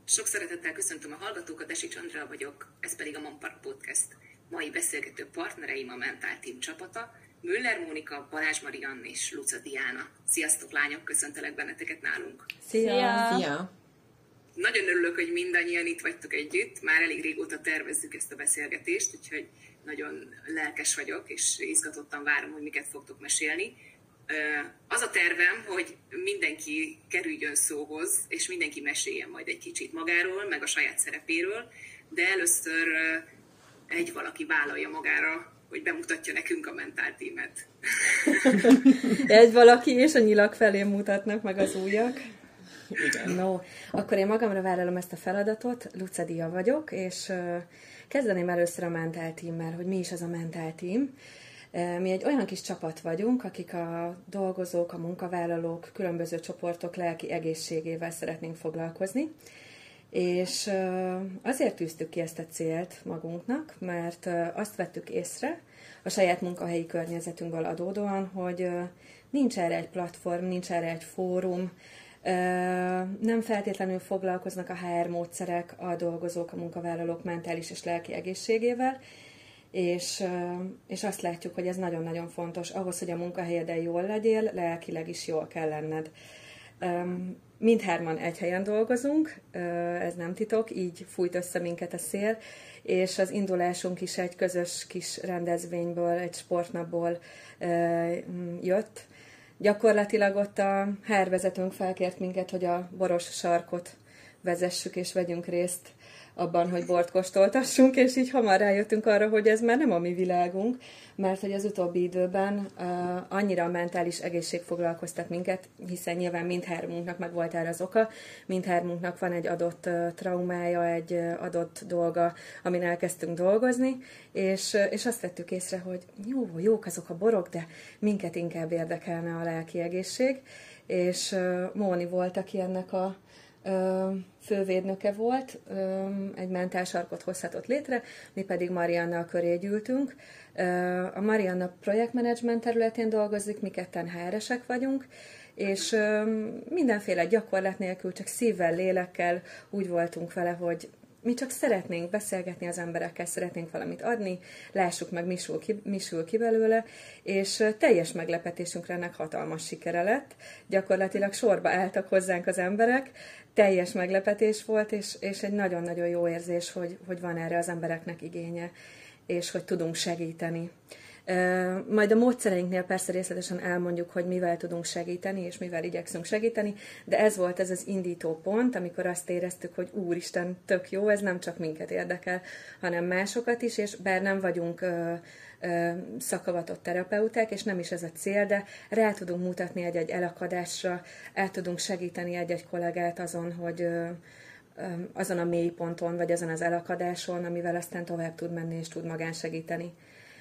Sok szeretettel köszöntöm a hallgatókat, Esics Andrea vagyok, ez pedig a Manpark Podcast. Mai beszélgető partnereim a Mentál Team csapata, Müller Mónika, Balázs Mariann és Luca Diana. Sziasztok lányok, köszöntelek benneteket nálunk. Szia! Szia! Nagyon örülök, hogy mindannyian itt vagytok együtt, már elég régóta tervezzük ezt a beszélgetést, úgyhogy nagyon lelkes vagyok, és izgatottan várom, hogy miket fogtok mesélni. Az a tervem, hogy mindenki kerüljön szóhoz, és mindenki meséljen majd egy kicsit magáról, meg a saját szerepéről, de először egy valaki vállalja magára, hogy bemutatja nekünk a Mentál Teamet. Egy valaki, és a nyilak felé mutatnak meg az ujjak. Igen. No, akkor én magamra vállalom ezt a feladatot, Luca Dia vagyok, és kezdeném először a Mentál Teammel, hogy mi is az a Mentál Team. Mi egy olyan kis csapat vagyunk, akik a dolgozók, a munkavállalók, különböző csoportok lelki egészségével szeretnénk foglalkozni. És azért tűztük ki ezt a célt magunknak, mert azt vettük észre a saját munkahelyi környezetünkből adódóan, hogy nincs erre egy platform, nincs erre egy fórum, nem feltétlenül foglalkoznak a HR módszerek a dolgozók, a munkavállalók mentális és lelki egészségével, és azt látjuk, hogy ez nagyon-nagyon fontos. Ahhoz, hogy a munkahelyeden jól legyél, lelkileg is jól kell lenned. Mindhárman egy helyen dolgozunk, ez nem titok, így fújt össze minket a szél, és az indulásunk is egy közös kis rendezvényből, egy sportnapból jött. Gyakorlatilag ott a HR vezetőnk felkért minket, hogy a boros sarkot vezessük és vegyünk részt abban, hogy bort kóstoltassunk, és így hamar rájöttünk arra, hogy ez már nem a mi világunk, mert hogy az utóbbi időben annyira a mentális egészség foglalkoztat minket, hiszen nyilván mindhármunknak meg volt erre az oka, mindhármunknak van egy adott traumája, egy adott dolga, amin elkezdtünk dolgozni, és azt vettük észre, hogy jók azok a borok, de minket inkább érdekelne a lelki egészség, és Móni volt, aki ennek a fővédnöke volt, egy mentálsarkot hozhatott létre, mi pedig Mariannal köré gyűltünk. A Marianna projektmenedzsment területén dolgozik, mi ketten HR-esek vagyunk, és mindenféle gyakorlat nélkül, csak szívvel, lélekkel úgy voltunk vele, hogy mi csak szeretnénk beszélgetni az emberekkel, szeretnénk valamit adni, lássuk meg, mi sül ki belőle, és teljes meglepetésünkre ennek hatalmas sikere lett. Gyakorlatilag sorba álltak hozzánk az emberek, teljes meglepetés volt, és egy nagyon-nagyon jó érzés, hogy van erre az embereknek igénye, és hogy tudunk segíteni. Majd a módszereinknél persze részletesen elmondjuk, hogy mivel tudunk segíteni, és mivel igyekszünk segíteni, de ez volt ez az indító pont, amikor azt éreztük, hogy úristen, tök jó, ez nem csak minket érdekel, hanem másokat is, és bár nem vagyunk szakavatott terapeuták, és nem is ez a cél, de rá tudunk mutatni egy-egy elakadásra, el tudunk segíteni egy-egy kollégát azon, hogy azon a mélyponton, vagy azon az elakadáson, amivel aztán tovább tud menni, és tud magán segíteni.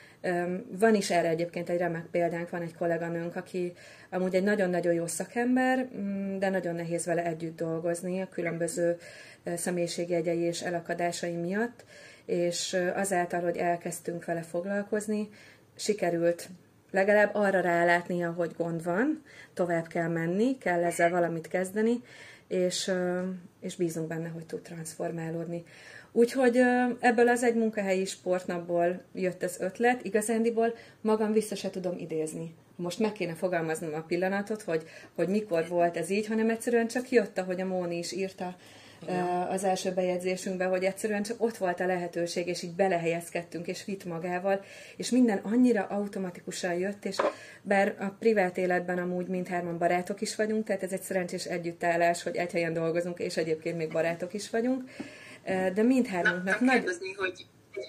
Van is erre egyébként egy remek példánk, van egy kolléganőnk, aki amúgy egy nagyon-nagyon jó szakember, de nagyon nehéz vele együtt dolgozni a különböző személyiségjegyei és elakadásai miatt, és azáltal, hogy elkezdtünk vele foglalkozni, sikerült legalább arra rálátnia, hogy gond van, tovább kell menni, kell ezzel valamit kezdeni, és bízunk benne, hogy tud transformálódni. Úgyhogy ebből az egy munkahelyi sportnapból jött az ötlet, igazándiból magam vissza se tudom idézni. Most meg kéne fogalmaznom a pillanatot, hogy mikor volt ez így, hanem egyszerűen csak jött, ahogy a Móni is írta az első bejegyzésünkben, hogy egyszerűen csak ott volt a lehetőség, és így belehelyezkedtünk, és vitt magával, és minden annyira automatikusan jött, és bár a privát életben amúgy mindhárman barátok is vagyunk, tehát ez egy szerencsés együttállás, hogy egy helyen dolgozunk, és egyébként még barátok is vagyunk, de mindhármunknak nagy... kérdezni, hogy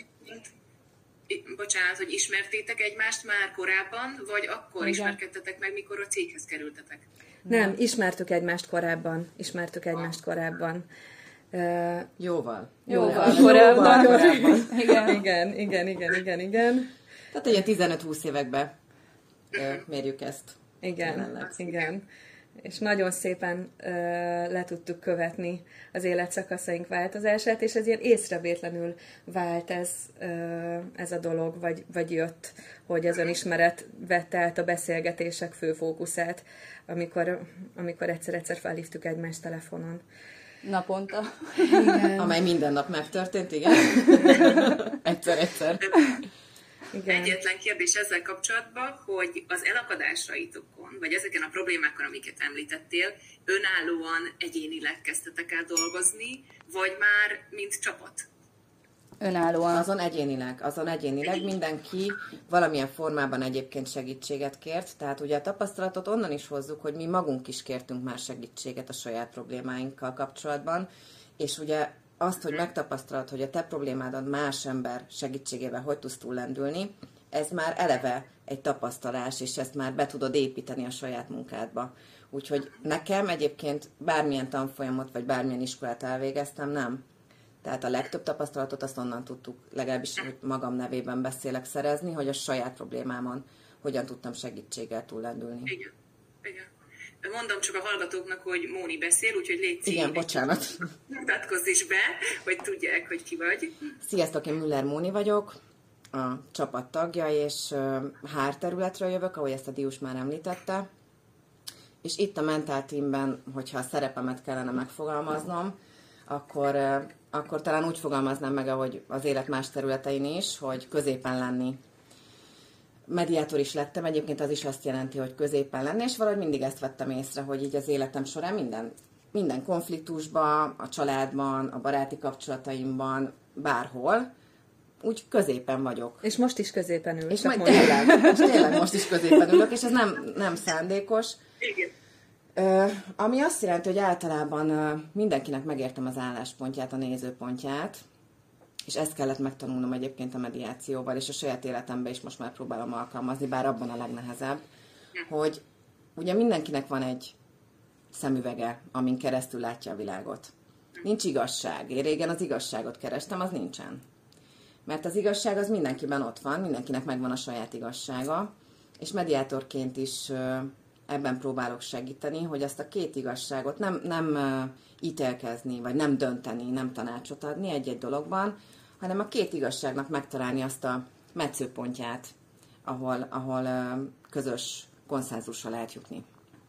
bocsánat, hogy ismertétek egymást már korábban, vagy akkor ismerkedtetek meg, mikor a céghez kerültetek? Nem, ismertük egymást korábban. Jóval korábban. Igen. Tehát ugye 15-20 években mérjük ezt. Igen. És nagyon szépen le tudtuk követni az életszakaszaink változását, és ez ilyen észrevétlenül vált ez a dolog, vagy jött, hogy az önismeret vette át a beszélgetések fő fókuszát, amikor egyszer felhívtuk egymást telefonon. naponta. Igen. Amely minden nap megtörtént, igen. Egyszer. Igen. Egyetlen kérdés ezzel kapcsolatban, hogy az elakadásaitokon, vagy ezeken a problémákon, amiket említettél, önállóan egyénileg kezdtetek el dolgozni, vagy már mint csapat? Önállóan. Azon egyénileg mindenki valamilyen formában egyébként segítséget kért, tehát ugye a tapasztalatot onnan is hozzuk, hogy mi magunk is kértünk már segítséget a saját problémáinkkal kapcsolatban, és ugye azt, hogy megtapasztalod, hogy a te problémádon más ember segítségével hogy tudsz túllendülni, ez már eleve egy tapasztalás, és ezt már be tudod építeni a saját munkádba. Úgyhogy nekem egyébként bármilyen tanfolyamot, vagy bármilyen iskolát elvégeztem, nem. Tehát a legtöbb tapasztalatot azt onnan tudtuk, legalábbis, hogy magam nevében beszélek, szerezni, hogy a saját problémámon hogyan tudtam segítséggel túllendülni. Igen. Mondom csak a hallgatóknak, hogy Móni beszél, úgyhogy légy szíves. Igen, bocsánat. Mutatkozz is be, hogy tudják, hogy ki vagy. Sziasztok, én Müller Móni vagyok, a csapat tagja, és HR területről jövök, ahogy ezt a Dius már említette. És itt a Mentál Teamben, hogyha a szerepemet kellene megfogalmaznom, akkor talán úgy fogalmaznám meg, ahogy az élet más területein is, hogy középen lenni. Mediátor is lettem, egyébként az is azt jelenti, hogy középen lenni, és valahogy mindig ezt vettem észre, hogy így az életem során minden konfliktusban, a családban, a baráti kapcsolataimban, bárhol, úgy középen vagyok. És most is középen ül. És tényleg most is középen ülök, és ez nem szándékos. Igen. Ami azt jelenti, hogy általában mindenkinek megértem az álláspontját, a nézőpontját, és ezt kellett megtanulnom egyébként a mediációval, és a saját életemben is most már próbálom alkalmazni, bár abban a legnehezebb, hogy ugye mindenkinek van egy szemüvege, amin keresztül látja a világot. Nincs igazság. Én régen az igazságot kerestem, az nincsen. Mert az igazság az mindenkiben ott van, mindenkinek megvan a saját igazsága, és mediátorként is ebben próbálok segíteni, hogy azt a két igazságot nem ítélkezni, vagy nem dönteni, nem tanácsot adni egy-egy dologban, hanem a két igazságnak megtalálni azt a metszőpontját, ahol közös konszenzusra lehet jutni.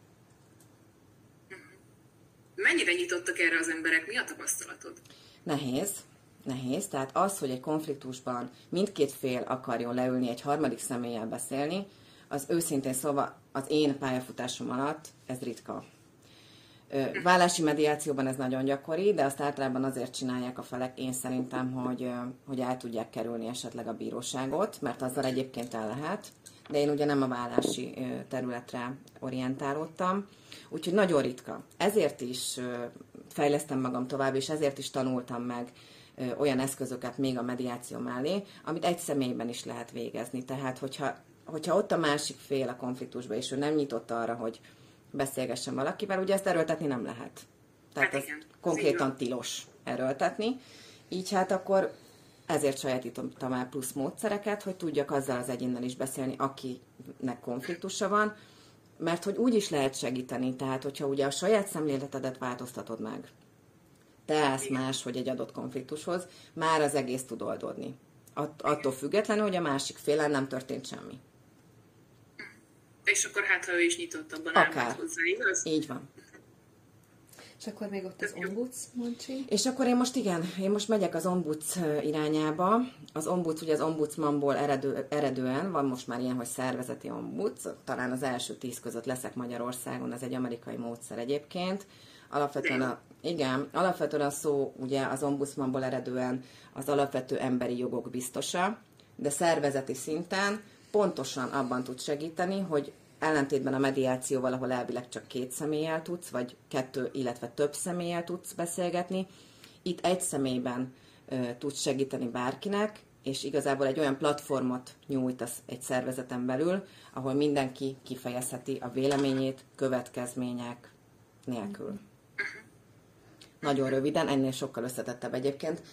Mennyire nyitottak erre az emberek? Mi a tapasztalatod? Nehéz. Tehát az, hogy egy konfliktusban mindkét fél akarjon leülni, egy harmadik személlyel beszélni, az őszintén szóval az én pályafutásom alatt ez ritka. Vállási mediációban ez nagyon gyakori, de azt általában azért csinálják a felek, én szerintem, hogy el tudják kerülni esetleg a bíróságot, mert azzal egyébként el lehet, de én ugye nem a vállási területre orientálódtam, úgyhogy nagyon ritka. Ezért is fejlesztem magam tovább, és ezért is tanultam meg olyan eszközöket még a mediáció mellé, amit egy személyben is lehet végezni. Tehát, hogyha ott a másik fél a konfliktusba, és ő nem nyitott arra, hogy beszélgessen valakivel, ugye ezt erőltetni nem lehet. Tehát ez konkrétan tilos erőltetni. Így hát akkor ezért sajátítottam el plusz módszereket, hogy tudjak azzal az egyénnel is beszélni, akinek konfliktusa van, mert hogy úgy is lehet segíteni, tehát hogyha ugye a saját szemléletedet változtatod meg, te állsz más, hogy egy adott konfliktushoz, már az egész tud oldódni. Attól függetlenül, hogy a másik félen nem történt semmi. És akkor hát, ha ő is nyitottabban állhat hozzá, igaz? Így van. És akkor még ott az ombuds, Moncsi? És akkor én most megyek az ombuds irányába. Az ombuds ugye az ombudsmanból eredően, van most már ilyen, hogy szervezeti ombuds, talán az első 10 között leszek Magyarországon, ez egy amerikai módszer egyébként. Alapvetően a szó ugye az ombudsmanból eredően az alapvető emberi jogok biztosa, de szervezeti szinten pontosan abban tud segíteni, hogy ellentétben a mediációval, ahol elvileg csak 2 személlyel tudsz, vagy 2, illetve több személlyel tudsz beszélgetni, itt egy személyben tudsz segíteni bárkinek, és igazából egy olyan platformot nyújt egy szervezeten belül, ahol mindenki kifejezheti a véleményét következmények nélkül. Nagyon röviden, ennél sokkal összetettebb egyébként.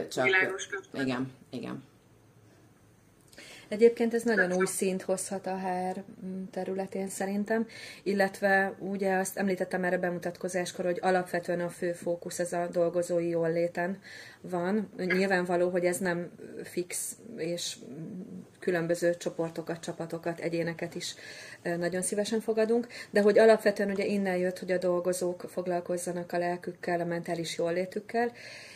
Igen. Egyébként ez nagyon új szint hozhat a HR területén szerintem, illetve ugye azt említettem erre bemutatkozáskor, hogy alapvetően a fő fókusz ez a dolgozói jólléten van. Nyilvánvaló, hogy ez nem fix és különböző csoportokat, csapatokat, egyéneket is nagyon szívesen fogadunk, de hogy alapvetően ugye innen jött, hogy a dolgozók foglalkozzanak a lelkükkel, a mentális jólétükkel,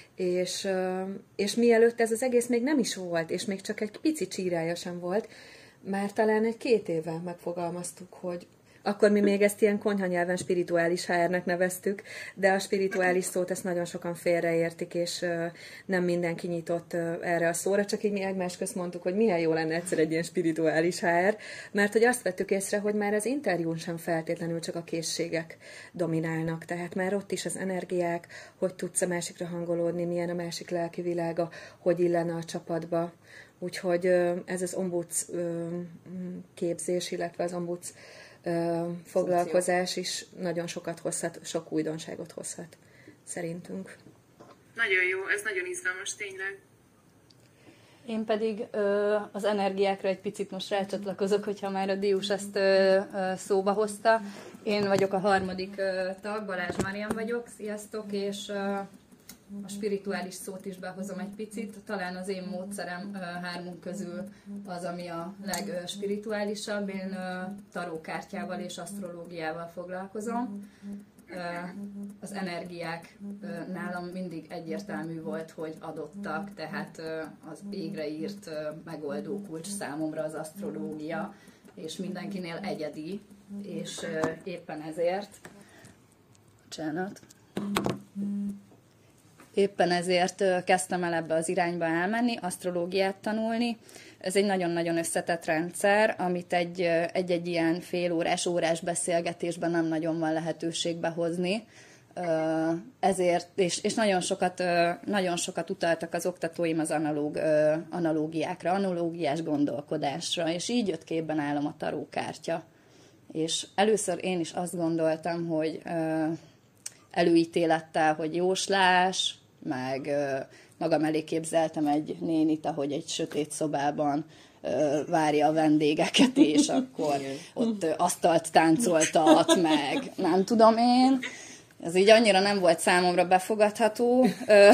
és mielőtt ez az egész még nem is volt, és még csak egy pici csírája sem volt, már talán 1-2 éve megfogalmaztuk, hogy akkor mi még ezt ilyen konyhanyelven spirituális HR-nek neveztük, de a spirituális szót ezt nagyon sokan félreértik, és nem mindenki nyitott erre a szóra, csak így mi egymás közt mondtuk, hogy milyen jó lenne egyszer egy ilyen spirituális HR, mert hogy azt vettük észre, hogy már az interjún sem feltétlenül csak a készségek dominálnak, tehát már ott is az energiák, hogy tudsz a másikra hangolódni, milyen a másik lelki világa, hogy illene a csapatba. Úgyhogy ez az ombuds képzés, illetve az ombuds foglalkozás is nagyon sokat hozhat, sok újdonságot hozhat, szerintünk. Nagyon jó, ez nagyon izgalmas tényleg. Én pedig az energiákra egy picit most rácsatlakozok, hogyha már a Dius ezt szóba hozta. Én vagyok a 3. tag, Balázs Marian vagyok, sziasztok, és a spirituális szót is behozom egy picit. Talán az én módszerem 3 közül az, ami a legspirituálisabb. Én tarókártyával és asztrológiával foglalkozom. Az energiák nálam mindig egyértelmű volt, hogy adottak, tehát az égre írt megoldó kulcs számomra az asztrológia, és mindenkinél egyedi, és éppen ezért... Éppen ezért kezdtem el ebbe az irányba elmenni, asztrológiát tanulni. Ez egy nagyon-nagyon összetett rendszer, amit egy ilyen órás beszélgetésben nem nagyon van lehetőség behozni. Ezért, és nagyon sokat utaltak az oktatóim az analógiákra, analógiás gondolkodásra, és így jött képben nálam a tarókártya. És először én is azt gondoltam, hogy előítélettel, hogy jóslás, meg magam elé képzeltem egy nénit, ahogy egy sötét szobában várja a vendégeket, és akkor ott asztalt táncoltat, meg nem tudom én. Ez így annyira nem volt számomra befogadható,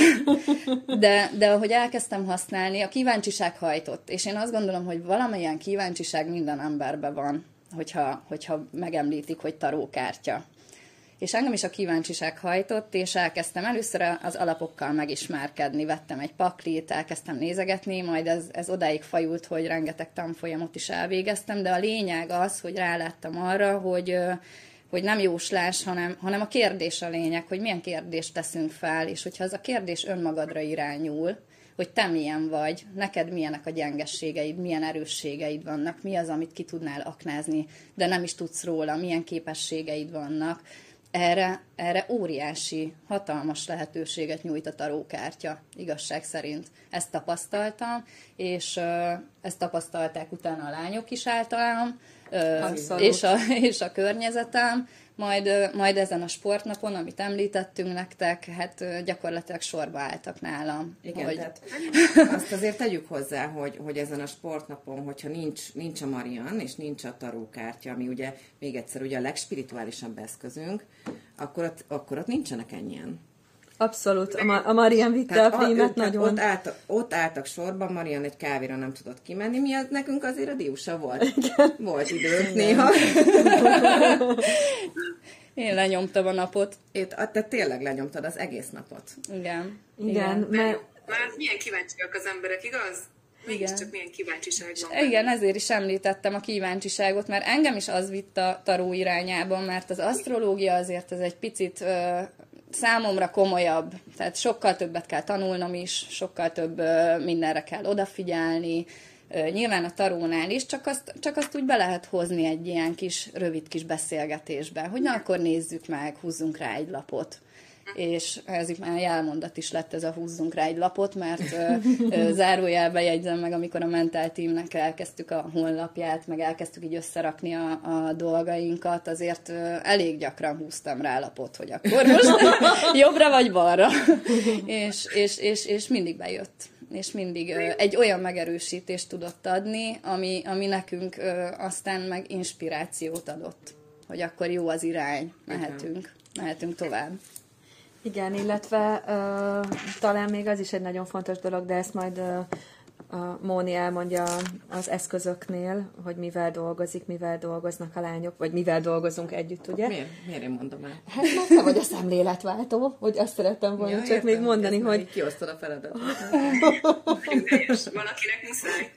de ahogy elkezdtem használni, a kíváncsiság hajtott, és én azt gondolom, hogy valamilyen kíváncsiság minden emberben van, hogyha megemlítik, hogy tarókártya. És engem is a kíváncsiság hajtott, és elkezdtem először az alapokkal megismerkedni. Vettem egy paklit, elkezdtem nézegetni, majd ez odáig fajult, hogy rengeteg tanfolyamot is elvégeztem, de a lényeg az, hogy ráláttam arra, hogy nem jóslás, hanem a kérdés a lényeg, hogy milyen kérdést teszünk fel, és hogyha az a kérdés önmagadra irányul, hogy te milyen vagy, neked milyenek a gyengességeid, milyen erősségeid vannak, mi az, amit ki tudnál aknázni, de nem is tudsz róla, milyen képességeid vannak. Erre óriási, hatalmas lehetőséget nyújt a tarókártya, igazság szerint. Ezt tapasztaltam, és ezt tapasztalták utána a lányok is általam, és a környezetem, majd ezen a sportnapon, amit említettünk nektek, hát gyakorlatilag sorba álltak nálam. Igen, hogy... tehát azt azért tegyük hozzá, hogy ezen a sportnapon, hogyha nincs a Marian, és nincs a tarókártya, ami ugye még egyszer ugye a legspirituálisabb eszközünk, akkor ott nincsenek ennyien. Abszolút. A Marian vitte a prímet nagyon. Ott álltak sorban, Marian egy kávéra nem tudott kimenni, nekünk azért a Diusa volt. Igen. Volt időnk néha. Én lenyomtam a napot. Te tényleg lenyomtad az egész napot. Igen. Már milyen kíváncsiak az emberek, igaz? Mégiscsak milyen kíváncsiság van. Igen, ezért is említettem a kíváncsiságot, mert engem is az vitt a taró irányában, mert az asztrológia azért ez egy picit számomra komolyabb, tehát sokkal többet kell tanulnom is, sokkal több mindenre kell odafigyelni. Nyilván a tarónál is, csak azt úgy be lehet hozni egy ilyen rövid kis beszélgetésbe, hogy na akkor nézzük meg, húzzunk rá egy lapot. És ez már jelmondat is lett ez a húzzunk rá egy lapot, mert zárójelbe jegyzem meg, amikor a Mentál Teamnek elkezdtük a honlapját, meg elkezdtük így összerakni a dolgainkat, azért elég gyakran húztam rá lapot, hogy akkor most jobbra vagy balra. és mindig bejött. És mindig egy olyan megerősítést tudott adni, ami nekünk aztán meg inspirációt adott, hogy akkor jó az irány, mehetünk tovább. Igen, illetve talán még az is egy nagyon fontos dolog, de ezt majd a Móni elmondja az eszközöknél, hogy mivel dolgozik, mivel dolgoznak a lányok, vagy mivel dolgozunk együtt, ugye? Miért én mondom el? Hát mert te vagy a szemléletváltó, hogy azt szerettem volna csak még mondani, hogy... Kiosztod a feladatot. Valakinek muszáj.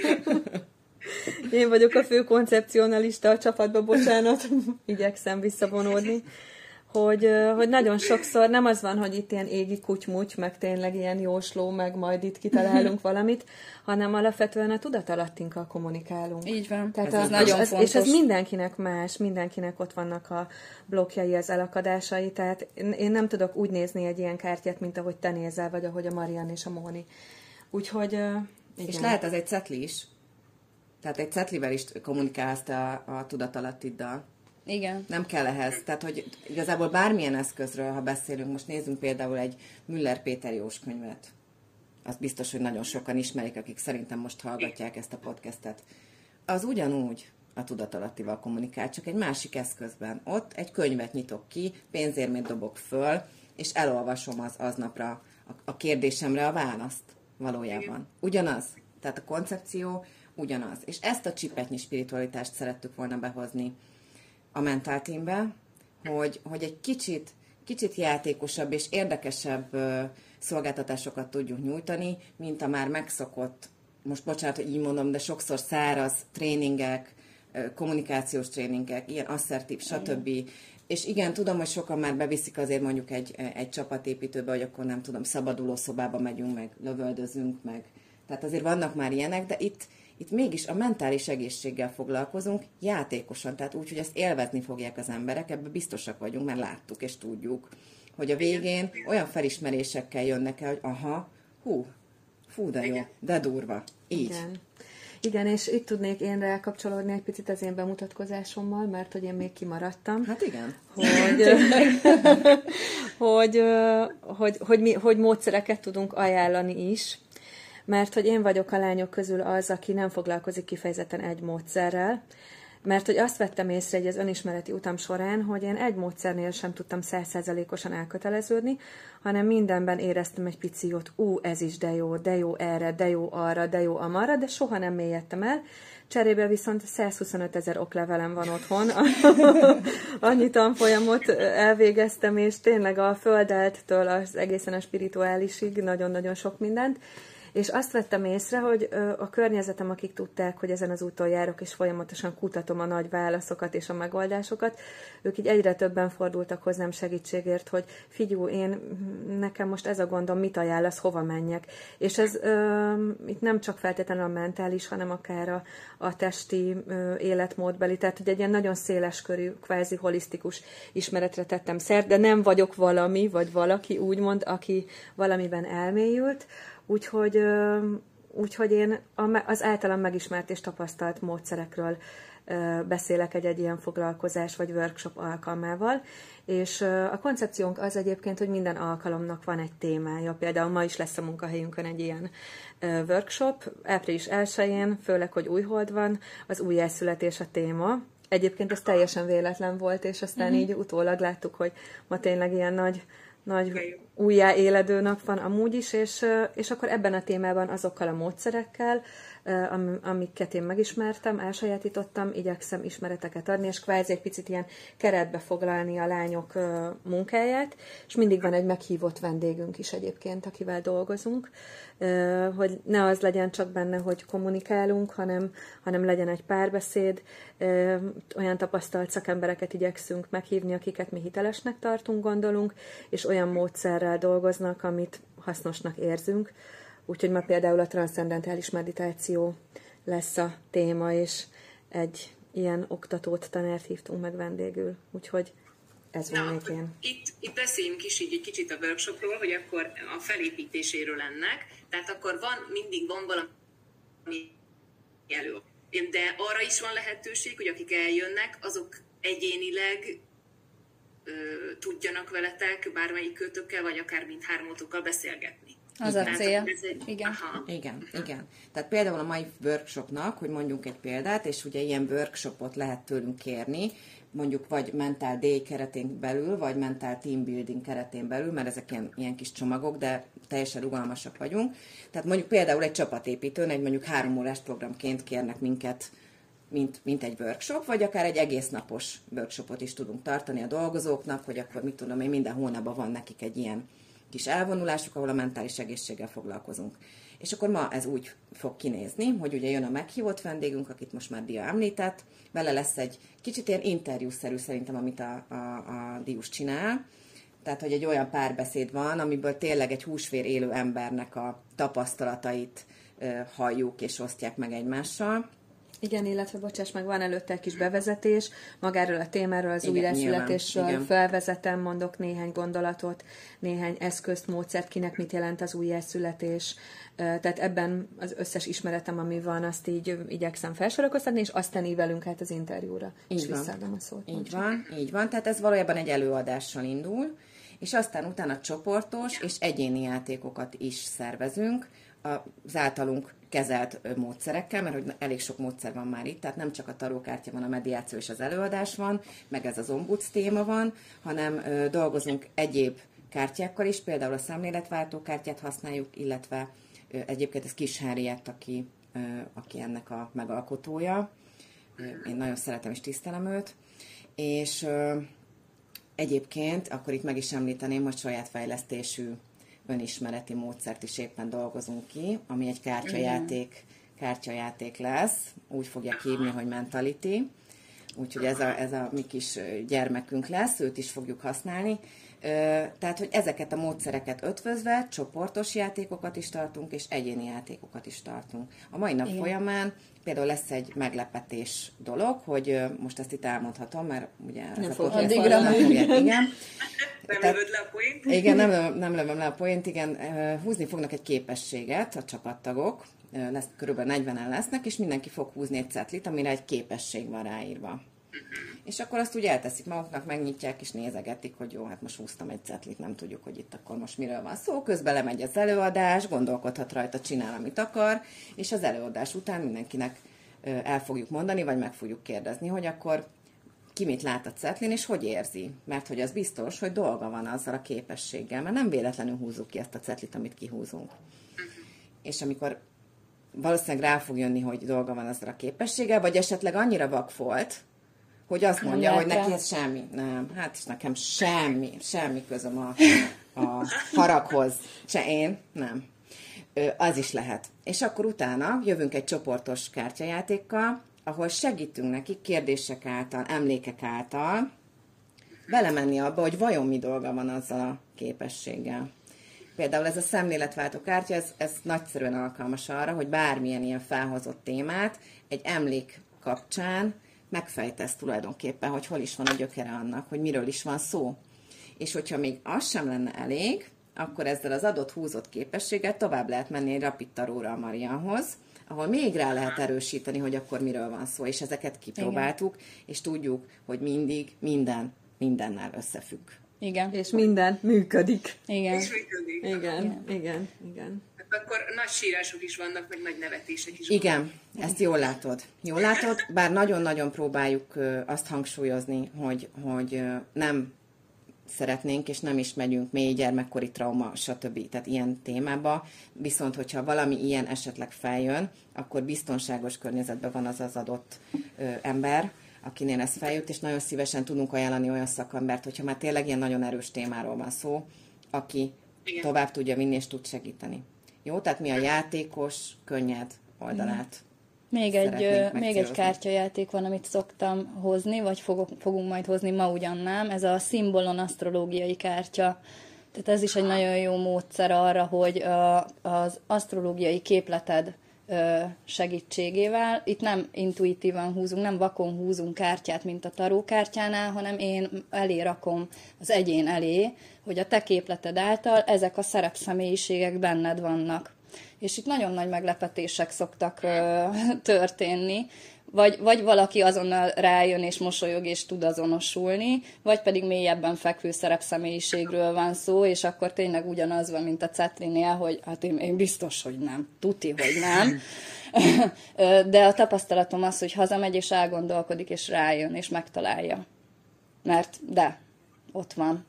Én vagyok a fő koncepcionalista a csapatban, bocsánat, igyekszem visszavonódni. Hogy nagyon sokszor nem az van, hogy itt ilyen égi kutymuty, meg tényleg ilyen jósló, meg majd itt kitalálunk valamit, hanem alapvetően a tudatalattinkkal kommunikálunk. Így van. Tehát ez nagyon fontos. És ez mindenkinek más, mindenkinek ott vannak a blokkjai, az elakadásai, tehát én nem tudok úgy nézni egy ilyen kártyát, mint ahogy te nézel, vagy ahogy a Marian és a Móni. Úgyhogy... Igen. És lehet az egy cetli is. Tehát egy cetlivel is kommunikálsz a tudatalattiddal. Igen. Nem kell ehhez. Tehát, hogy igazából bármilyen eszközről, ha beszélünk, most nézzünk például egy Müller Péter Jós könyvet. Azt biztos, hogy nagyon sokan ismerik, akik szerintem most hallgatják ezt a podcastet. Az ugyanúgy a tudatalattival kommunikál, csak egy másik eszközben. Ott egy könyvet nyitok ki, pénzérmét dobok föl, és elolvasom aznapra a kérdésemre a választ valójában. Ugyanaz. Tehát a koncepció ugyanaz. És ezt a csipetnyi spiritualitást szerettük volna behozni a Mentál Teambe, hogy egy kicsit játékosabb és érdekesebb szolgáltatásokat tudjuk nyújtani, mint a már megszokott, most bocsánat, hogy így mondom, de sokszor száraz tréningek, kommunikációs tréningek, ilyen asszertív, stb. És igen, tudom, hogy sokan már beviszik azért mondjuk egy csapatépítőbe, hogy akkor nem tudom, szabaduló szobába megyünk, meg lövöldözünk, meg. Tehát azért vannak már ilyenek, de itt mégis a mentális egészséggel foglalkozunk játékosan, tehát úgy, hogy ezt élvezni fogják az emberek, ebben biztosak vagyunk, mert láttuk és tudjuk, hogy a végén olyan felismerésekkel jönnek el, hogy aha, fú, de jó, de durva, így. Igen, és itt tudnék én rákapcsolódni egy picit az én bemutatkozásommal, mert hogy én még kimaradtam. Hát igen. Hogy módszereket tudunk ajánlani is, mert hogy én vagyok a lányok közül az, aki nem foglalkozik kifejezetten egy módszerrel, mert hogy azt vettem észre egy az önismereti utam során, hogy én egy módszernél sem tudtam 100%-osan elköteleződni, hanem mindenben éreztem egy pici jót, ez is de jó erre, de jó arra, de jó amarra, de soha nem mélyedtem el. Cserébe viszont 125 000 oklevelem van otthon. Annyi tanfolyamot elvégeztem, és tényleg a földelttől az egészen a spirituálisig nagyon-nagyon sok mindent. És azt vettem észre, hogy a környezetem, akik tudták, hogy ezen az úton járok, és folyamatosan kutatom a nagy válaszokat és a megoldásokat, ők így egyre többen fordultak hozzám segítségért, hogy figyelj, nekem most ez a gondom, mit ajánlasz, hova menjek. És ez itt nem csak feltétlenül a mentális, hanem akár a testi életmódbeli, tehát hogy egy ilyen nagyon széles körű, kvázi holisztikus ismeretre tettem szert, de nem vagyok valami, vagy valaki úgymond, aki valamiben elmélyült. Úgyhogy én az általam megismert és tapasztalt módszerekről beszélek egy ilyen foglalkozás vagy workshop alkalmával, és a koncepciónk az egyébként, hogy minden alkalomnak van egy témája. Például ma is lesz a munkahelyünkön egy ilyen workshop, április 1-én, főleg, hogy újhold van, az újjászületés a téma. Egyébként ez teljesen véletlen volt, és aztán így utólag láttuk, hogy ma tényleg ilyen nagy újjáéledő nap van amúgy is, és akkor ebben a témában azokkal a módszerekkel, amiket én megismertem, elsajátítottam, igyekszem ismereteket adni, és kvázi egy picit ilyen keretbe foglalni a lányok munkáját, és mindig van egy meghívott vendégünk is egyébként, akivel dolgozunk, hogy ne az legyen csak benne, hogy kommunikálunk, hanem legyen egy párbeszéd, olyan tapasztalt szakembereket igyekszünk meghívni, akiket mi hitelesnek tartunk, gondolunk, és olyan módszerrel dolgoznak, amit hasznosnak érzünk. Úgyhogy ma például a transzcendentális meditáció lesz a téma, és egy ilyen oktatót, tanárt hívtunk meg vendégül. Úgyhogy ez volnék én. Itt beszéljünk is így egy kicsit a workshopról, hogy akkor a felépítéséről ennek. Tehát akkor mindig van valami elő. De arra is van lehetőség, hogy akik eljönnek, azok egyénileg tudjanak veletek, bármelyik kötökkel, vagy akár mindhármótokkal beszélgetni. Az a cél. Igen. Igen. Tehát például a mai workshopnak, hogy mondjunk egy példát, és ugye ilyen workshopot lehet tőlünk kérni, mondjuk vagy Mental Day keretén belül, vagy Mental Team Building keretén belül, mert ezek ilyen kis csomagok, de teljesen rugalmasak vagyunk. Tehát mondjuk például egy csapatépítőn, egy mondjuk 3 órás programként kérnek minket, mint egy workshop, vagy akár egy egész napos workshopot is tudunk tartani a dolgozóknak, hogy akkor mit tudom én, minden hónapban van nekik egy ilyen kis elvonulásuk, ahol a mentális egészséggel foglalkozunk. És akkor ma ez úgy fog kinézni, hogy ugye jön a meghívott vendégünk, akit most már Dia említett, vele lesz egy kicsit ilyen interjúszerű szerintem, amit a Dius csinál, tehát, hogy egy olyan párbeszéd van, amiből tényleg egy húsvér élő embernek a tapasztalatait halljuk és osztják meg egymással. Igen, illetve, bocsáss meg, van előtte egy kis bevezetés, magáról a témáról, az újjászületésről felvezetem, mondok néhány gondolatot, néhány eszközt, módszert, kinek mit jelent az újjászületés. Tehát ebben az összes ismeretem, ami van, azt így igyekszem felsorakoztatni, és aztán ívelünk át az interjúra. Így és van. visszaadom a szót. Így van. Tehát ez valójában egy előadással indul, és aztán utána csoportos és egyéni játékokat is szervezünk, az általunk kezelt módszerekkel, mert hogy elég sok módszer van már itt, tehát nem csak a tarókártya van, a mediáció és az előadás van, meg ez az ombuds téma van, hanem dolgozunk egyéb kártyákkal is, például a szemléletváltó kártyát használjuk, illetve egyébként ez Kis Henriett, aki ennek a megalkotója. Én nagyon szeretem és tisztelem őt. És egyébként, akkor itt meg is említeném, hogy saját fejlesztésű önismereti módszert is éppen dolgozunk ki, ami egy kártyajáték lesz, úgy fogják hívni, hogy Mentality, úgyhogy ez a mi kis gyermekünk lesz, őt is fogjuk használni. Tehát, hogy ezeket a módszereket ötvözve csoportos játékokat is tartunk, és egyéni játékokat is tartunk. A mai nap folyamán például lesz egy meglepetés dolog, hogy most ezt itt elmondhatom, mert ugye ez a podcast igen. Nem lövöd le a poént? Igen, nem lövöm le a poént, igen. Húzni fognak egy képességet a csapattagok, körülbelül 40-en lesznek, és mindenki fog húzni egy cetlit, amire egy képesség van ráírva. És akkor azt úgy elteszik maguknak, megnyitják és nézegetik, hogy jó, hát most húztam egy cetlit, nem tudjuk, hogy itt akkor most miről van szó. Közben lemegy az előadás, gondolkodhat rajta, csinál, amit akar, és az előadás után mindenkinek el fogjuk mondani, vagy meg fogjuk kérdezni, hogy akkor ki mit lát a cetlin, és hogy érzi. Mert hogy az biztos, hogy dolga van azzal a képességgel, mert nem véletlenül húzzuk ki ezt a cetlit, amit kihúzunk. És amikor valószínűleg rá fog jönni, hogy dolga van azzal a képességgel, vagy esetleg annyira vakfolt, hogy azt mondja, hogy neki ez semmi. Nem, hát és nekem semmi közöm a haraghoz. Se én, nem. Az is lehet. És akkor utána jövünk egy csoportos kártyajátékkal, ahol segítünk nekik kérdések által, emlékek által belemenni abba, hogy vajon mi dolga van azzal a képességgel. Például ez a szemléletváltó kártya, ez nagyszerűen alkalmas arra, hogy bármilyen ilyen felhozott témát egy emlék kapcsán megfejtesz tulajdonképpen, hogy hol is van a gyökere annak, hogy miről is van szó. És hogyha még az sem lenne elég, akkor ezzel az adott húzott képességgel tovább lehet menni egy rapid taróra a Marianhoz, ahol még rá lehet erősíteni, hogy akkor miről van szó, és ezeket kipróbáltuk, és tudjuk, hogy mindig mindennel összefügg. Igen. És minden működik. Igen. És működik. Igen. Hát akkor nagy sírások is vannak, meg nagy nevetések is. Igen, ezt jól látod. Bár nagyon-nagyon próbáljuk azt hangsúlyozni, hogy nem szeretnénk, és nem is megyünk mély gyermekkori trauma, stb. Tehát ilyen témába. Viszont, hogyha valami ilyen esetleg feljön, akkor biztonságos környezetben van az adott ember, akinél ez feljött, és nagyon szívesen tudunk ajánlani olyan szakembert, hogyha már tényleg ilyen nagyon erős témáról van szó, aki tovább tudja vinni, és tud segíteni. Jó? Tehát mi a játékos, könnyed oldalát Még egy kártyajáték van, amit szoktam hozni, vagy fogunk majd hozni ma ugyan. Ez a szimbolon asztrológiai kártya. Tehát ez is egy nagyon jó módszer arra, hogy az asztrológiai képleted segítségével, itt nem intuitívan húzunk, nem vakon húzunk kártyát, mint a tarókártyánál, hanem én elé rakom az egyén elé, hogy a te képleted által ezek a szerepszemélyiségek benned vannak. És itt nagyon nagy meglepetések szoktak történni, vagy valaki azonnal rájön és mosolyog és tud azonosulni, vagy pedig mélyebben fekvő szerepszemélyiségről van szó, és akkor tényleg ugyanaz van, mint a Cetrinél, hogy hát én biztos, hogy nem. Tuti, hogy nem. De a tapasztalatom az, hogy hazamegy és elgondolkodik, és rájön, és megtalálja. Mert ott van.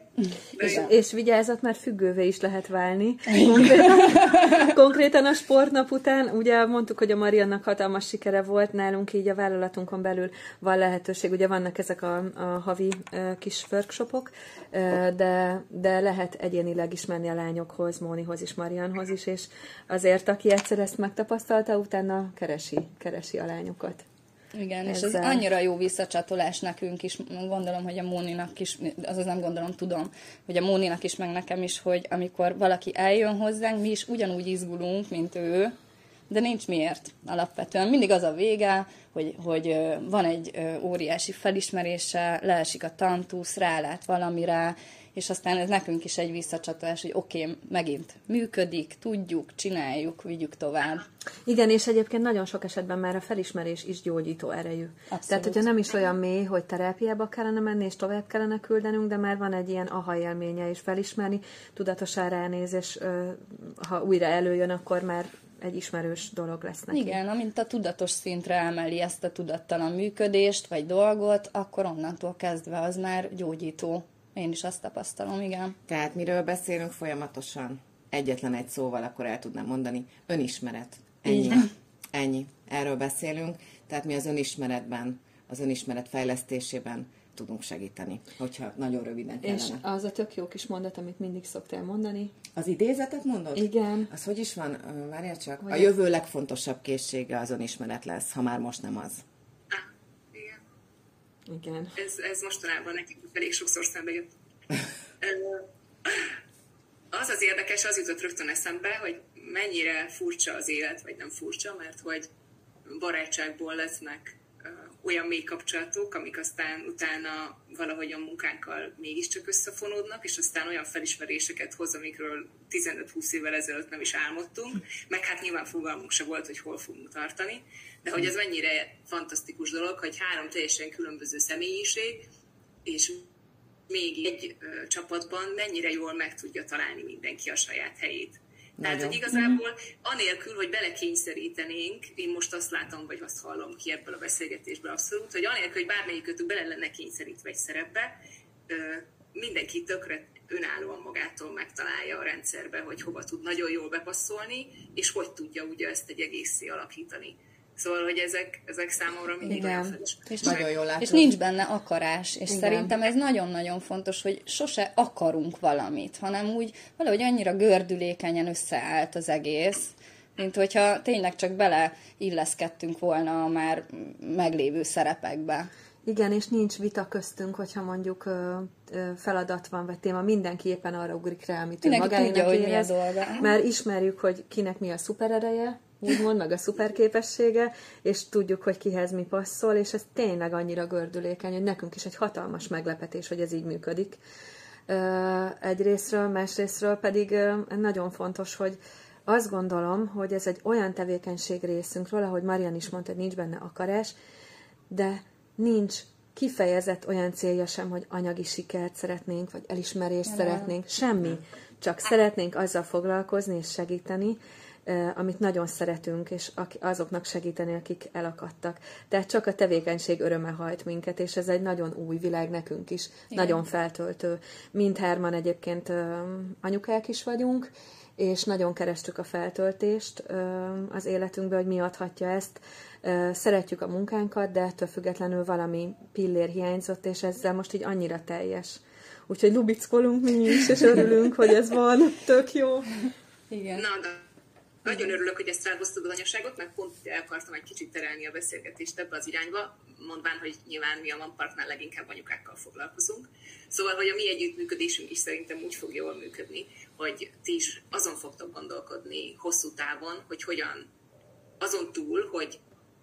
És vigyázat, mert függővé is lehet válni. Konkrétan a sportnap után, ugye mondtuk, hogy a Mariannak hatalmas sikere volt, nálunk így a vállalatunkon belül van lehetőség, ugye vannak ezek a havi kis workshopok, de lehet egyénileg is menni a lányokhoz, Mónihoz is, Marianhoz is, és azért, aki egyszer ezt megtapasztalta, utána keresi a lányokat. Igen, és ez annyira jó visszacsatolás nekünk is, gondolom, hogy a Móninak is, azaz nem gondolom, tudom, hogy a Móninak is, meg nekem is, hogy amikor valaki eljön hozzánk, mi is ugyanúgy izgulunk, mint ő, de nincs miért alapvetően. Mindig az a vége, hogy van egy óriási felismerése, leesik a tantusz, rálát valamire, és aztán ez nekünk is egy visszacsatolás, hogy oké, megint működik, tudjuk, csináljuk, vigyük tovább. Igen, és egyébként nagyon sok esetben már a felismerés is gyógyító erejű. Abszolút. Tehát, hogyha nem is olyan mély, hogy terápiába kellene menni, és tovább kellene küldenünk, de már van egy ilyen aha élménye, és felismerni, tudatosan ránéz, és ha újra előjön, akkor már egy ismerős dolog lesz neki. Igen, amint a tudatos szintre emeli ezt a tudattalan működést, vagy dolgot, akkor onnantól kezdve az már gyógyító. Én is azt tapasztalom, igen. Tehát miről beszélünk folyamatosan? Egyetlen egy szóval akkor el tudnám mondani. Önismeret. Ennyi. Ennyi. Erről beszélünk. Tehát mi az önismeretben, az önismeret fejlesztésében tudunk segíteni, hogyha nagyon röviden kellene. És az a tök jó kis mondat, amit mindig szoktál mondani. Az idézetet mondod? Igen. Az hogy is van? Várjál csak. A jövő legfontosabb készsége az önismeret lesz, ha már most nem az. Igen. Ez mostanában nekünk elég sokszor szembe jött. Az érdekes, az jutott rögtön eszembe, hogy mennyire furcsa az élet, vagy nem furcsa, mert hogy barátságból lesznek olyan mély kapcsolatok, amik aztán utána valahogy a munkánkkal mégiscsak összefonódnak, és aztán olyan felismeréseket hoz, amikről 15-20 évvel ezelőtt nem is álmodtunk, meg hát nyilván fogalmunk se volt, hogy hol fogunk tartani, de hogy ez mennyire fantasztikus dolog, hogy 3 teljesen különböző személyiség, és még egy csapatban mennyire jól meg tudja találni mindenki a saját helyét. Tehát, hogy igazából anélkül, hogy belekényszerítenénk, én most azt látom, vagy azt hallom ki ebből a beszélgetésből abszolút, hogy anélkül, hogy bármelyikőtük bele lenne kényszerítve egy szerepbe, mindenki tökre önállóan magától megtalálja a rendszerbe, hogy hova tud nagyon jól bepasszolni, és hogy tudja ugye ezt egy egészé alakítani. Szóval, hogy ezek számomra mindig nagyon felismerőek. És nincs benne akarás, és szerintem ez nagyon-nagyon fontos, hogy sose akarunk valamit, hanem úgy valahogy annyira gördülékenyen összeállt az egész, mint hogyha tényleg csak beleilleszkedtünk volna a már meglévő szerepekbe. Igen, és nincs vita köztünk, hogyha mondjuk feladat van, vagy téma, mindenki éppen arra ugrik rá, amit ő magáénak érez. Már ismerjük, hogy kinek mi a szuperereje, úgymond, meg a szuperképessége, és tudjuk, hogy kihez mi passzol, és ez tényleg annyira gördülékeny, hogy nekünk is egy hatalmas meglepetés, hogy ez így működik. Egyrészről, másrészről pedig nagyon fontos, hogy azt gondolom, hogy ez egy olyan tevékenység részünkről, ahogy Marian is mondta, hogy nincs benne akarás, de nincs kifejezett olyan célja sem, hogy anyagi sikert szeretnénk, vagy elismerést szeretnénk, semmi. Csak szeretnénk azzal foglalkozni és segíteni, amit nagyon szeretünk, és azoknak segíteni, akik elakadtak. Tehát csak a tevékenység öröme hajt minket, és ez egy nagyon új világ nekünk is, nagyon feltöltő. Mindhárman egyébként anyukák is vagyunk, és nagyon kerestük a feltöltést az életünkbe, hogy mi adhatja ezt. Szeretjük a munkánkat, de ettől függetlenül valami pillér hiányzott, és ezzel most így annyira teljes. Úgyhogy lubickolunk mi is, és örülünk, hogy ez van. Tök jó. Igen. Na, de nagyon örülök, hogy ezt felhoztad az anyaságot, mert pont el akartam egy kicsit terelni a beszélgetést ebbe az irányba, mondván, hogy nyilván mi a One Parknál leginkább anyukákkal foglalkozunk. Szóval, hogy a mi együttműködésünk is szerintem úgy fog jól működni, hogy ti is azon fogtok gondolkodni hosszú távon, hogy hogyan azon túl, hogy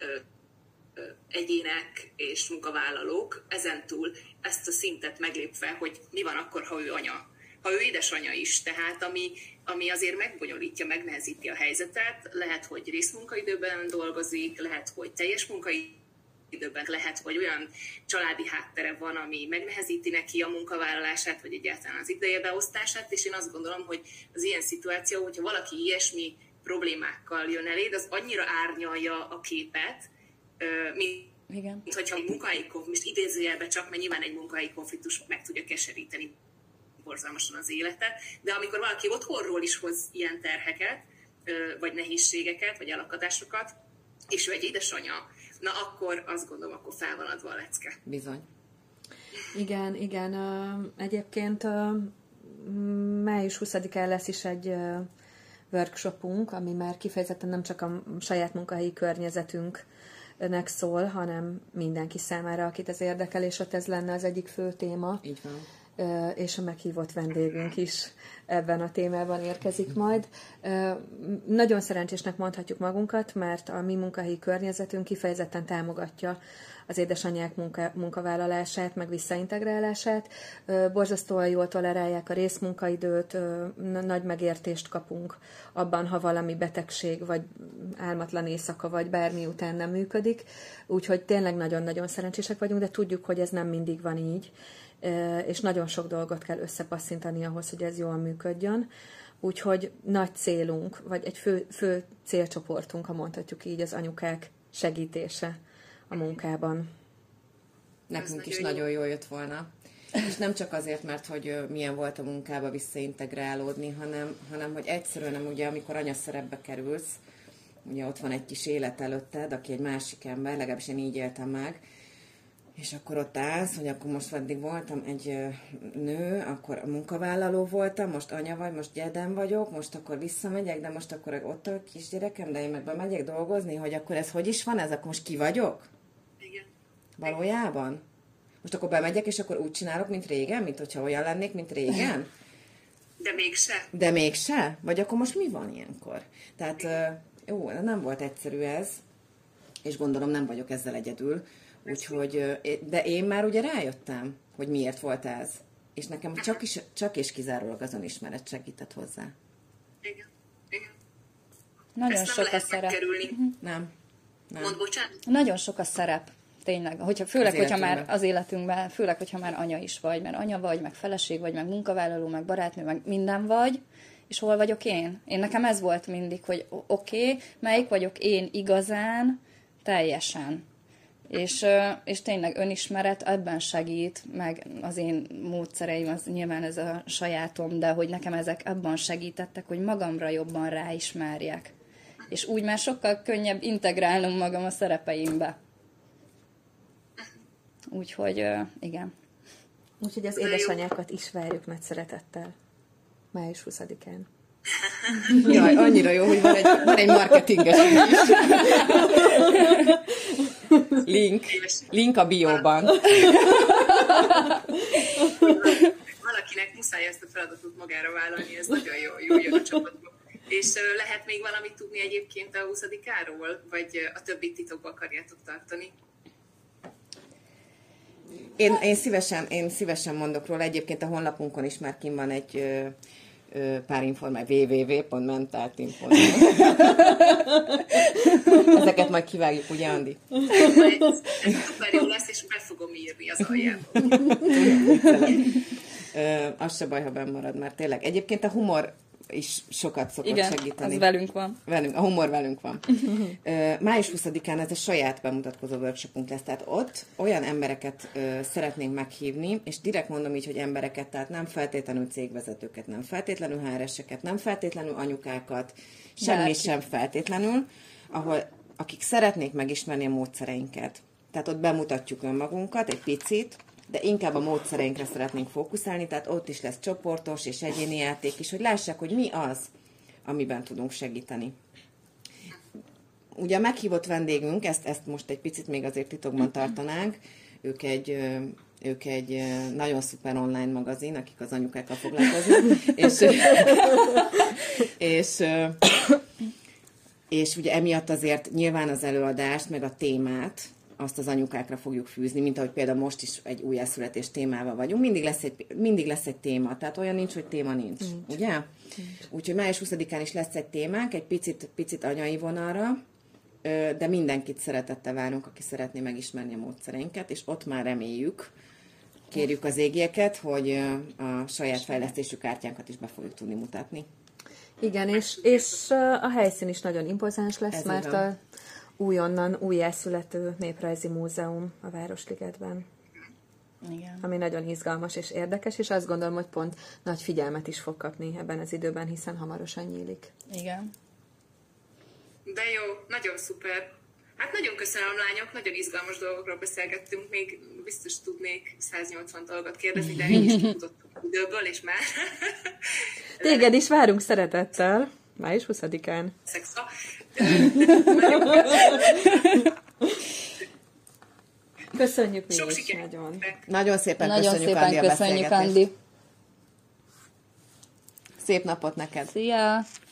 egyének és munkavállalók, ezen túl ezt a szintet meglépve, hogy mi van akkor, ha ő anya, ha ő édesanyja is, tehát ami azért megbonyolítja, megnehezíti a helyzetet, lehet, hogy részmunkaidőben dolgozik, lehet, hogy teljes munkaidőben, lehet, hogy olyan családi háttere van, ami megnehezíti neki a munkavállalását, vagy egyáltalán az idejebeosztását, és én azt gondolom, hogy az ilyen szituáció, hogyha valaki ilyesmi problémákkal jön eléd, az annyira árnyalja a képet, mint hogyha egy munkahelyi konfliktus, most idézőjelben csak, mert nyilván egy munkahelyi konfliktus meg tudja keseríteni borzalmasan az életet, de amikor valaki otthonról is hoz ilyen terheket, vagy nehézségeket, vagy elakadásokat, és ő egy édesanyja, na akkor azt gondolom, akkor fel van adva a lecke. Bizony. Igen. Egyébként május 20-án lesz is egy workshopunk, ami már kifejezetten nem csak a saját munkahelyi környezetünknek szól, hanem mindenki számára, akit ez érdekel, és ott ez lenne az egyik fő téma. Így van. És a meghívott vendégünk is ebben a témában érkezik majd. Nagyon szerencsésnek mondhatjuk magunkat, mert a mi munkahelyi környezetünk kifejezetten támogatja az édesanyják munkavállalását, meg visszaintegrálását. Borzasztóan jól tolerálják a részmunkaidőt, nagy megértést kapunk abban, ha valami betegség, vagy álmatlan éjszaka, vagy bármi után nem működik. Úgyhogy tényleg nagyon-nagyon szerencsések vagyunk, de tudjuk, hogy ez nem mindig van így, és nagyon sok dolgot kell összepasszintani ahhoz, hogy ez jól működjön. Úgyhogy nagy célunk, vagy egy fő célcsoportunk, ha mondhatjuk így, az anyukák segítése a munkában. Nekünk is nagyon jól jött volna. És nem csak azért, mert hogy milyen volt a munkába visszaintegrálódni, hanem hogy egyszerűen nem ugye, amikor anyaszerepbe kerülsz, ugye ott van egy kis élet előtted, aki egy másik ember, legalábbis én így éltem meg, és akkor ott állsz, hogy akkor most addig voltam egy nő, akkor munkavállaló voltam, most anya vagy, most gyedem vagyok, most akkor visszamegyek, de most akkor ott a kisgyerekem, de én meg bemegyek dolgozni, hogy akkor ez hogy is van, ez akkor most ki vagyok? Igen. Valójában? Most akkor bemegyek, és akkor úgy csinálok, mint régen, mint hogyha olyan lennék, mint régen? De mégse? Vagy akkor most mi van ilyenkor? Tehát jó, nem volt egyszerű ez, és gondolom nem vagyok ezzel egyedül. Úgyhogy, de én már ugye rájöttem, hogy miért volt ez. És nekem csak és kizárólag az önismeret segített hozzá. Igen. Nagyon ezt sok a szerep. Nem. Mondd, bocsánat. Nagyon sok a szerep, tényleg. Hogyha már az életünkben, főleg, hogyha már anya is vagy, mert anya vagy, meg feleség vagy, meg munkavállaló, meg barátnő, meg minden vagy, és hol vagyok én? Nekem ez volt mindig, hogy oké, melyik vagyok én igazán, teljesen. És tényleg önismeret ebben segít, meg az én módszereim, az nyilván ez a sajátom, de hogy nekem ezek abban segítettek, hogy magamra jobban ráismerjek. És úgy már sokkal könnyebb integrálnom magam a szerepeimbe. Úgyhogy igen. Úgyhogy az édesanyákat is várjuk nagy szeretettel. Május 20-án. Jaj, annyira jó, hogy van egy marketinges link a bióban. Valakinek muszáj ezt a feladatot magára vállalni, ez nagyon jó jön a csapatban. És lehet még valamit tudni egyébként a 20-áról, vagy a többi titokba akarjátok tartani? Én szívesen mondok róla. Egyébként a honlapunkon is már kint van egy pár információ, www.mentalteam.hu. Ezeket majd kivágjuk, ugye, Andi? Szuper jó lesz, és be fogom írni az aljában. Az se baj, ha benn marad, mert tényleg. Egyébként a humor is sokat szokott segíteni. Igen, az velünk van. A humor velünk van. Május 20-án ez a saját bemutatkozó workshopunk lesz, tehát ott olyan embereket szeretnénk meghívni, és direkt mondom így, hogy embereket, tehát nem feltétlenül cégvezetőket, nem feltétlenül HR-eseket, nem feltétlenül anyukákat, semmi sem feltétlenül, akik szeretnék megismerni a módszereinket. Tehát ott bemutatjuk önmagunkat egy picit, de inkább a módszereinkre szeretnénk fókuszálni, tehát ott is lesz csoportos és egyéni játék is, hogy lássák, hogy mi az, amiben tudunk segíteni. Ugye a meghívott vendégünk, ezt most egy picit még azért titokban tartanánk, ők egy nagyon szuper online magazin, akik az anyukákkal foglalkoznak, és ugye emiatt azért nyilván az előadást, meg a témát, azt az anyukákra fogjuk fűzni, mint ahogy például most is egy újjászületés témával vagyunk. Mindig lesz egy téma, tehát olyan nincs, hogy téma nincs. Ugye? Úgyhogy május 20-án is lesz egy témánk, egy picit anyai vonalra, de mindenkit szeretettel várunk, aki szeretné megismerni a módszereinket, és ott már reméljük, kérjük az égieket, hogy a saját fejlesztésű kártyánkat is be fogjuk tudni mutatni. Igen, és a helyszín is nagyon impozáns lesz, Ez mert a újonnan újjászülető néprajzi múzeum a Városligetben. Igen. Ami nagyon izgalmas és érdekes, és azt gondolom, hogy pont nagy figyelmet is fog kapni ebben az időben, hiszen hamarosan nyílik. Igen. De jó, nagyon szuper. Hát nagyon köszönöm, lányok, nagyon izgalmas dolgokról beszélgettünk, még biztos tudnék 180 dolgot kérdezni, de én is tudottam időből, és már. Téged is várunk szeretettel, május 20-án. Szexa. Köszönjük mi Sok is sikert. nagyon. Nagyon szépen Nagyon köszönjük, szépen Andi, a köszönjük, beszélgetést. Andi. Szép napot neked! Szia!